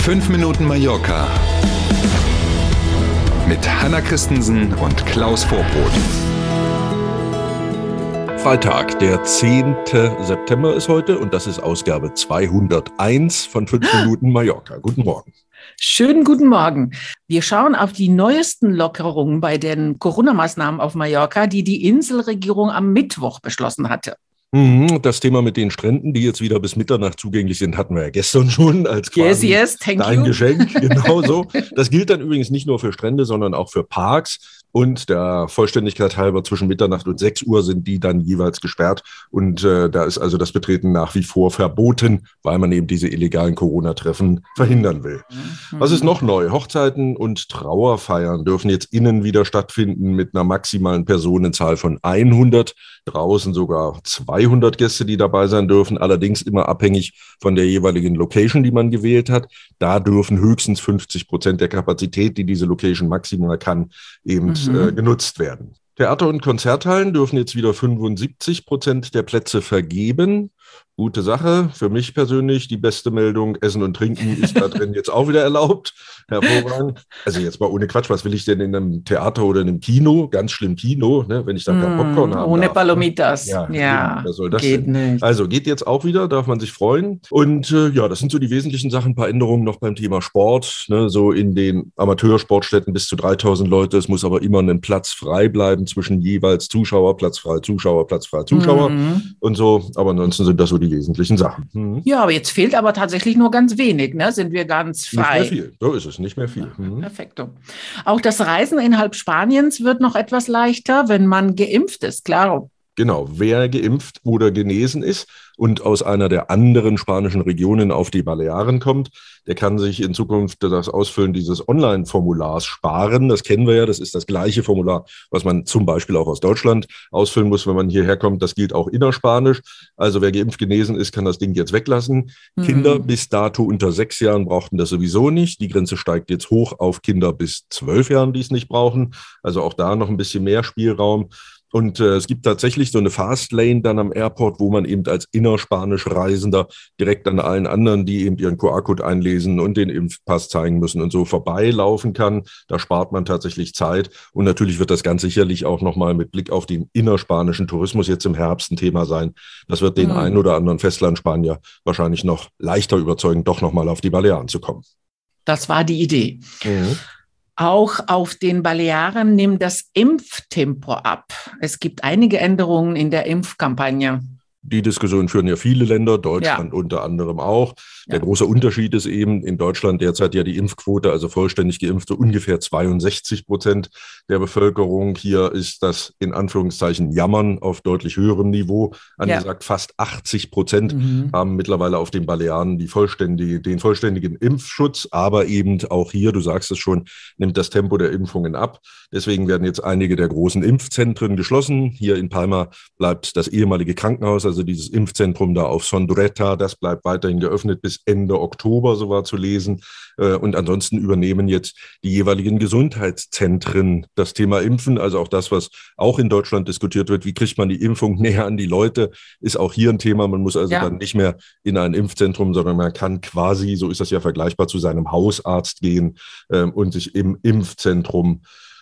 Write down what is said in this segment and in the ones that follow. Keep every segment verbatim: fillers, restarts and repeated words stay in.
fünf Minuten Mallorca mit Hanna Christensen und Klaus Vorbrot. Freitag, der zehnte September ist heute und das ist Ausgabe zweihunderteins von fünf Minuten Mallorca. Guten Morgen. Schönen guten Morgen. Wir schauen auf die neuesten Lockerungen bei den Corona-Maßnahmen auf Mallorca, die die Inselregierung am Mittwoch beschlossen hatte. Das Thema mit den Stränden, die jetzt wieder bis Mitternacht zugänglich sind, hatten wir ja gestern schon als quasi yes, yes, thank dein you. Geschenk. Genau so. Das gilt dann übrigens nicht nur für Strände, sondern auch für Parks. Und der Vollständigkeit halber zwischen Mitternacht und sechs Uhr sind die dann jeweils gesperrt. Und äh, da ist also das Betreten nach wie vor verboten, weil man eben diese illegalen Corona-Treffen verhindern will. Mhm. Was ist noch neu? Hochzeiten und Trauerfeiern dürfen jetzt innen wieder stattfinden mit einer maximalen Personenzahl von hundert. Draußen sogar zweihundert Gäste, die dabei sein dürfen. Allerdings immer abhängig von der jeweiligen Location, die man gewählt hat. Da dürfen höchstens fünfzig Prozent der Kapazität, die diese Location maximal kann, eben mhm. äh, genutzt werden. Theater- und Konzerthallen dürfen jetzt wieder fünfundsiebzig Prozent der Plätze vergeben. Gute Sache. Für mich persönlich die beste Meldung, Essen und Trinken ist da drin jetzt auch wieder erlaubt. Hervorragend. Also jetzt mal ohne Quatsch, was will ich denn in einem Theater oder in einem Kino? Ganz schlimm Kino, ne? Wenn ich da kein Popcorn habe. Ohne darf, Palomitas. Ne? Ja, ja eben, was soll das geht denn? nicht. Also geht jetzt auch wieder, darf man sich freuen. Und äh, ja, das sind so die wesentlichen Sachen. Ein paar Änderungen noch beim Thema Sport. Ne? So in den Amateursportstätten bis zu dreitausend Leute. Es muss aber immer ein Platz frei bleiben zwischen jeweils Zuschauer, Platz frei, Zuschauer, Platz frei, Zuschauer Mhm. und so. Aber ansonsten sind das so die wesentlichen Sachen. Mhm. Ja, aber jetzt fehlt aber tatsächlich nur ganz wenig, ne? Sind wir ganz frei. Nicht mehr viel, so ist es, nicht mehr viel. Mhm. Perfekto. Auch das Reisen innerhalb Spaniens wird noch etwas leichter, wenn man geimpft ist, klar. Genau, wer geimpft oder genesen ist und aus einer der anderen spanischen Regionen auf die Balearen kommt, der kann sich in Zukunft das Ausfüllen dieses Online-Formulars sparen. Das kennen wir ja, das ist das gleiche Formular, was man zum Beispiel auch aus Deutschland ausfüllen muss, wenn man hierher kommt. Das gilt auch innerspanisch. Also wer geimpft genesen ist, kann das Ding jetzt weglassen. Mhm. Kinder bis dato unter sechs Jahren brauchten das sowieso nicht. Die Grenze steigt jetzt hoch auf Kinder bis zwölf Jahren, die es nicht brauchen. Also auch da noch ein bisschen mehr Spielraum. Und äh, es gibt tatsächlich so eine Fastlane dann am Airport, wo man eben als innerspanisch Reisender direkt an allen anderen, die eben ihren Q R-Code einlesen und den Impfpass zeigen müssen und so vorbeilaufen kann. Da spart man tatsächlich Zeit. Und natürlich wird das ganz sicherlich auch nochmal mit Blick auf den innerspanischen Tourismus jetzt im Herbst ein Thema sein. Das wird den mhm. einen oder anderen Festlandspanier wahrscheinlich noch leichter überzeugen, doch nochmal auf die Balearen zu kommen. Das war die Idee. Mhm. Auch auf den Balearen nimmt das Impftempo ab. Es gibt einige Änderungen in der Impfkampagne. Die Diskussion führen ja viele Länder, Deutschland ja. unter anderem auch. Der ja. große Unterschied ist eben in Deutschland derzeit ja die Impfquote, also vollständig Geimpfte, ungefähr zweiundsechzig Prozent der Bevölkerung. Hier ist das in Anführungszeichen Jammern auf deutlich höherem Niveau angesagt. Ja. Fast achtzig Prozent mhm. haben mittlerweile auf den Balearen die vollständige, den vollständigen Impfschutz. Aber eben auch hier, du sagst es schon, nimmt das Tempo der Impfungen ab. Deswegen werden jetzt einige der großen Impfzentren geschlossen. Hier in Palma bleibt das ehemalige Krankenhaus, also dieses Impfzentrum da auf Sondreta, das bleibt weiterhin geöffnet bis Ende Oktober, so war zu lesen. Und ansonsten übernehmen jetzt die jeweiligen Gesundheitszentren das Thema Impfen. Also auch das, was auch in Deutschland diskutiert wird, wie kriegt man die Impfung näher an die Leute, ist auch hier ein Thema. Man muss also ja. dann nicht mehr in ein Impfzentrum, sondern man kann quasi, so ist das ja vergleichbar, zu seinem Hausarzt gehen ähm, und sich im Impfzentrum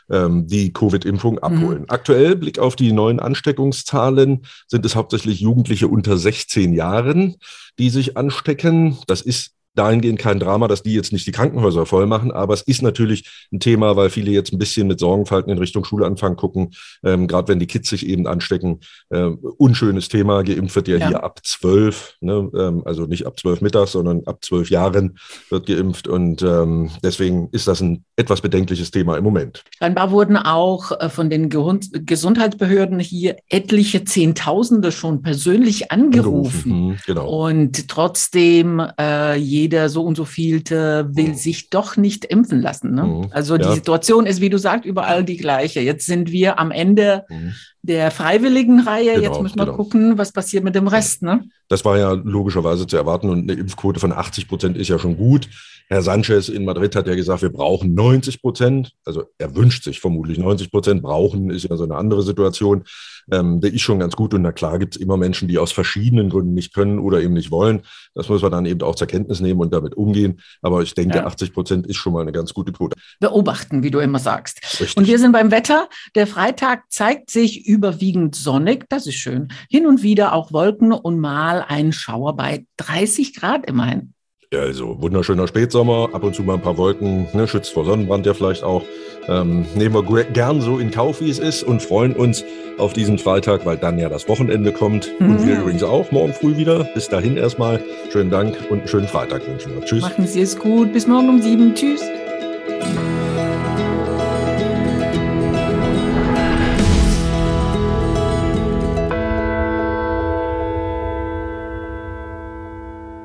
die Covid-Impfung abholen. Mhm. Aktuell, Blick auf die neuen Ansteckungszahlen, sind es hauptsächlich Jugendliche unter sechzehn Jahren, die sich anstecken. Das ist dahingehend kein Drama, dass die jetzt nicht die Krankenhäuser voll machen, aber es ist natürlich ein Thema, weil viele jetzt ein bisschen mit Sorgenfalten in Richtung Schulanfang gucken, ähm, gerade wenn die Kids sich eben anstecken. Ähm, unschönes Thema, geimpft wird ja, ja. hier ab zwölf, ne? ähm, also nicht ab zwölf mittags, sondern ab zwölf Jahren wird geimpft und ähm, deswegen ist das ein etwas bedenkliches Thema im Moment. Scheinbar wurden auch von den Gesundheitsbehörden hier etliche Zehntausende schon persönlich angerufen. angerufen. Mhm, genau. Und trotzdem äh, jeder so und so vielte will mhm. sich doch nicht impfen lassen. Ne? Mhm. Also die ja. Situation ist, wie du sagst, überall die gleiche. Jetzt sind wir am Ende mhm. der Freiwilligenreihe. Genau, Jetzt müssen wir genau. gucken, was passiert mit dem Rest. Ne? Das war ja logischerweise zu erwarten und eine Impfquote von achtzig Prozent ist ja schon gut. Herr Sanchez in Madrid hat ja gesagt, wir brauchen neunzig Prozent. Also er wünscht sich vermutlich neunzig Prozent. Brauchen ist ja so eine andere Situation. Ähm, der ist schon ganz gut. Und na klar gibt es immer Menschen, die aus verschiedenen Gründen nicht können oder eben nicht wollen. Das muss man dann eben auch zur Kenntnis nehmen und damit umgehen. Aber ich denke, ja. achtzig Prozent ist schon mal eine ganz gute Quote. Beobachten, wie du immer sagst. Richtig. Und wir sind beim Wetter. Der Freitag zeigt sich überwiegend sonnig. Das ist schön. Hin und wieder auch Wolken und mal ein Schauer bei dreißig Grad immerhin. Ja, also wunderschöner Spätsommer, ab und zu mal ein paar Wolken, ne, schützt vor Sonnenbrand ja vielleicht auch. Ähm, nehmen wir gern so in Kauf, wie es ist und freuen uns auf diesen Freitag, weil dann ja das Wochenende kommt. Mhm. Und wir übrigens auch morgen früh wieder. Bis dahin erstmal schönen Dank und einen schönen Freitag wünschen wir. Tschüss. Machen Sie es gut. Bis morgen um sieben. Tschüss.